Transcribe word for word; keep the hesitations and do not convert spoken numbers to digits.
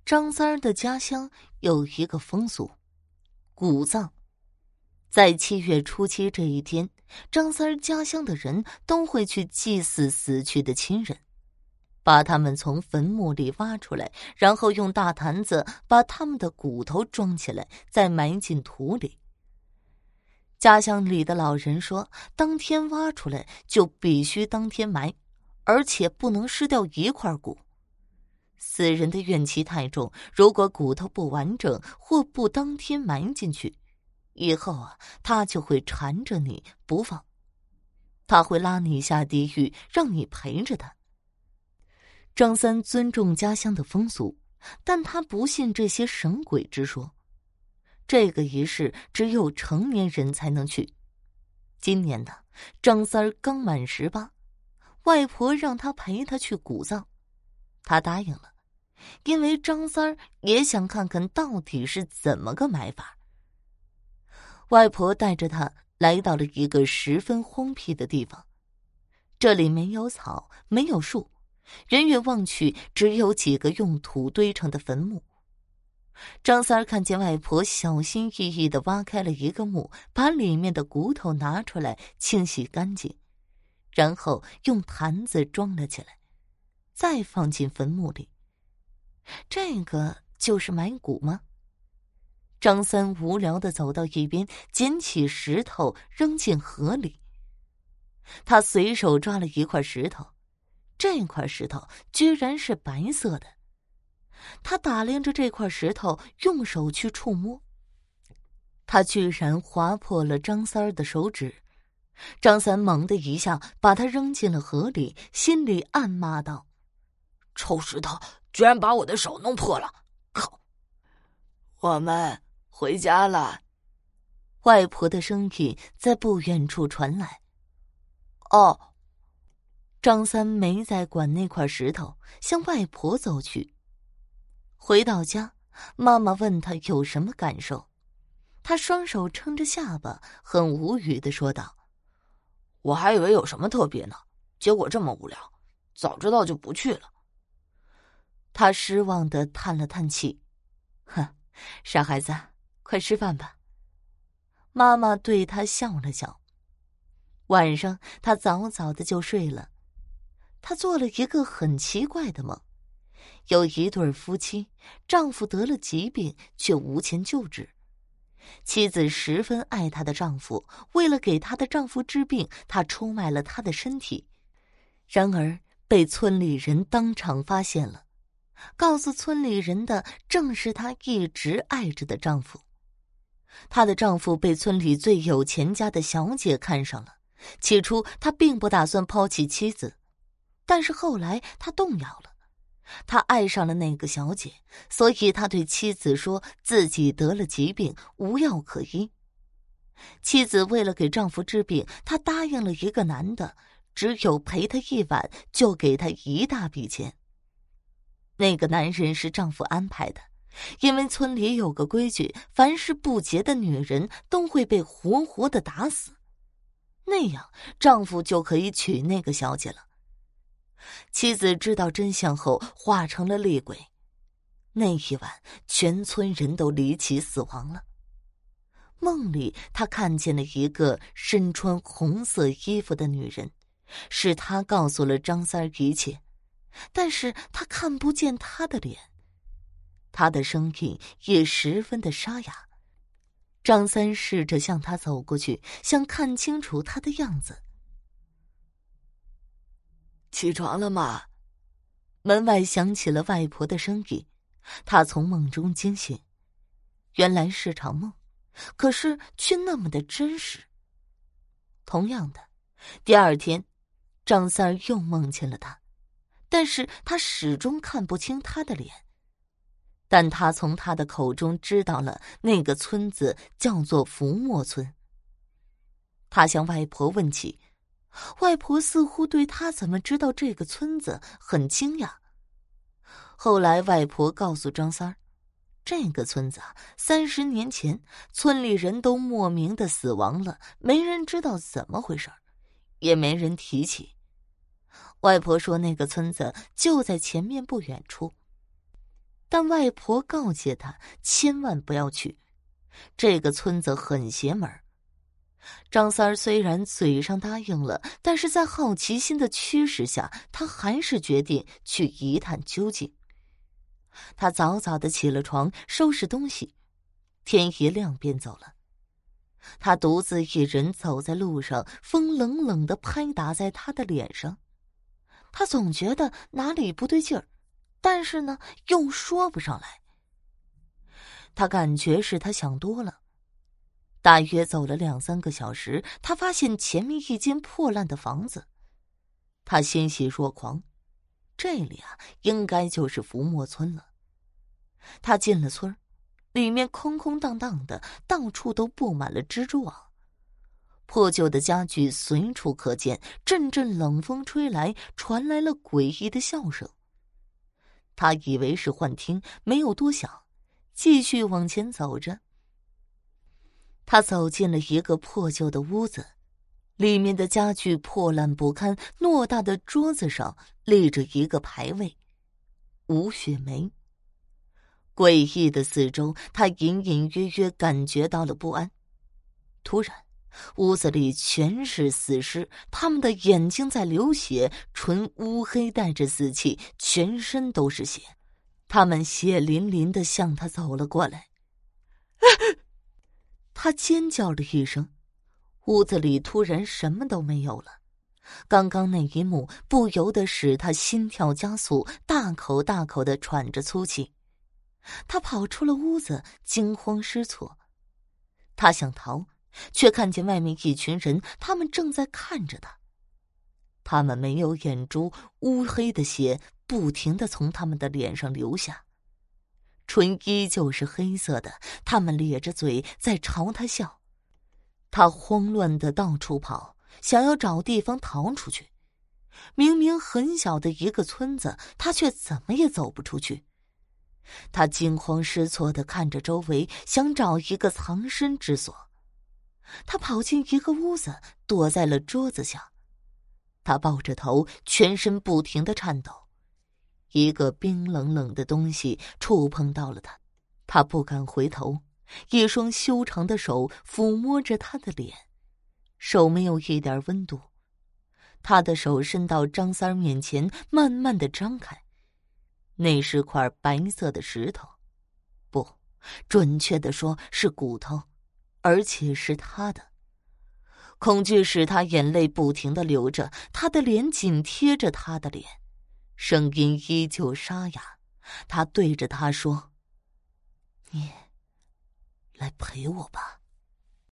张三儿的家乡有一个风俗，谷葬。在七月初七这一天，张三儿家乡的人都会去祭祀死去的亲人，把他们从坟墓里挖出来，然后用大坛子把他们的骨头装起来，再埋进土里。家乡里的老人说，当天挖出来就必须当天埋，而且不能失掉一块骨。死人的怨气太重，如果骨头不完整或不当天埋进去，以后啊，他就会缠着你不放，他会拉你下地狱，让你陪着他。张三尊重家乡的风俗，但他不信这些神鬼之说。这个仪式只有成年人才能去。今年的张三刚满十八，外婆让他陪他去谷葬，他答应了，因为张三也想看看到底是怎么个埋法。外婆带着他来到了一个十分荒僻的地方，这里没有草，没有树，远远望去只有几个用土堆成的坟墓。张三看见外婆小心翼翼地挖开了一个墓，把里面的骨头拿出来清洗干净，然后用坛子装了起来，再放进坟墓里。这个就是埋骨吗？张三无聊地走到一边，捡起石头扔进河里。他随手抓了一块石头，这块石头居然是白色的。他打量着这块石头，用手去触摸，他居然划破了张三儿的手指。张三猛地一下把他扔进了河里，心里暗骂道： 臭石头居然把我的手弄破了，靠！我们回家了。 外婆的声音在不远处传来。 哦。 张三没再管那块石头，向外婆走去。回到家，妈妈问他有什么感受，他双手撑着下巴，很无语地说道： 我还以为有什么特别呢，结果这么无聊，早知道就不去了。 他失望地叹了叹气，哼，傻孩子，快吃饭吧。妈妈对他笑了笑。晚上他早早的就睡了，他做了一个很奇怪的梦。有一对夫妻，丈夫得了疾病却无钱救治，妻子十分爱她的丈夫，为了给她的丈夫治病，她出卖了她的身体。然而被村里人当场发现了，告诉村里人的正是她一直爱着的丈夫。她的丈夫被村里最有钱家的小姐看上了，起初他并不打算抛弃妻子，但是后来他动摇了，他爱上了那个小姐，所以他对妻子说自己得了疾病，无药可医。妻子为了给丈夫治病，她答应了一个男的，只有陪他一晚就给他一大笔钱。那个男人是丈夫安排的，因为村里有个规矩，凡是不洁的女人都会被活活的打死，那样丈夫就可以娶那个小姐了。妻子知道真相后化成了厉鬼，那一晚全村人都离奇死亡了。梦里他看见了一个身穿红色衣服的女人，是她告诉了张三一切，但是他看不见她的脸，她的声音也十分的沙哑。张三试着向她走过去，想看清楚她的样子。 起床了吗？ 门外响起了外婆的声音，他从梦中惊醒，原来是场梦，可是却那么的真实。同样的，第二天，张三又梦见了他，但是他始终看不清他的脸，但他从他的口中知道了那个村子叫做福墨村。他向外婆问起，外婆似乎对他怎么知道这个村子很惊讶。后来外婆告诉张三儿，这个村子啊，三十年前村里人都莫名的死亡了，没人知道怎么回事，也没人提起。外婆说那个村子就在前面不远处， 但外婆告诫他千万不要去，这个村子很邪门。张三儿虽然嘴上答应了，但是在好奇心的驱使下，他还是决定去一探究竟。他早早的起了床，收拾东西，天一亮便走了。他独自一人走在路上，风冷冷的拍打在他的脸上，他总觉得哪里不对劲儿，但是呢，又说不上来。他感觉是他想多了。大约走了两三个小时，他发现前面一间破烂的房子，他欣喜若狂，这里啊，应该就是福墨村了。他进了村，里面空空荡荡的，到处都布满了蜘蛛网，破旧的家具随处可见，阵阵冷风吹来，传来了诡异的笑声。他以为是幻听，没有多想，继续往前走着。他走进了一个破旧的屋子，里面的家具破烂不堪，偌大的桌子上立着一个牌位，吴雪梅。诡异的四周，他隐隐约约感觉到了不安。突然，屋子里全是死尸，他们的眼睛在流血，唇乌黑带着死气，全身都是血。他们血淋淋地向他走了过来。他尖叫了一声，屋子里突然什么都没有了。刚刚那一幕不由得使他心跳加速，大口大口地喘着粗气。他跑出了屋子，惊慌失措。他想逃，却看见外面一群人，他们正在看着他。他们没有眼珠，乌黑的血不停地从他们的脸上流下，唇依旧是黑色的，他们咧着嘴在朝他笑。他慌乱地到处跑，想要找地方逃出去。明明很小的一个村子，他却怎么也走不出去。他惊慌失措地看着周围，想找一个藏身之所。他跑进一个屋子，躲在了桌子下。他抱着头，全身不停地颤抖。一个冰冷冷的东西触碰到了他，他不敢回头。一双修长的手抚摸着他的脸，手没有一点温度。他的手伸到张三儿面前，慢慢地张开，那是块白色的石头，不，准确地说是骨头，而且是他的。恐惧使他眼泪不停地流着，他的脸紧贴着他的脸，声音依旧沙哑。他对着他说：“你来陪我吧。”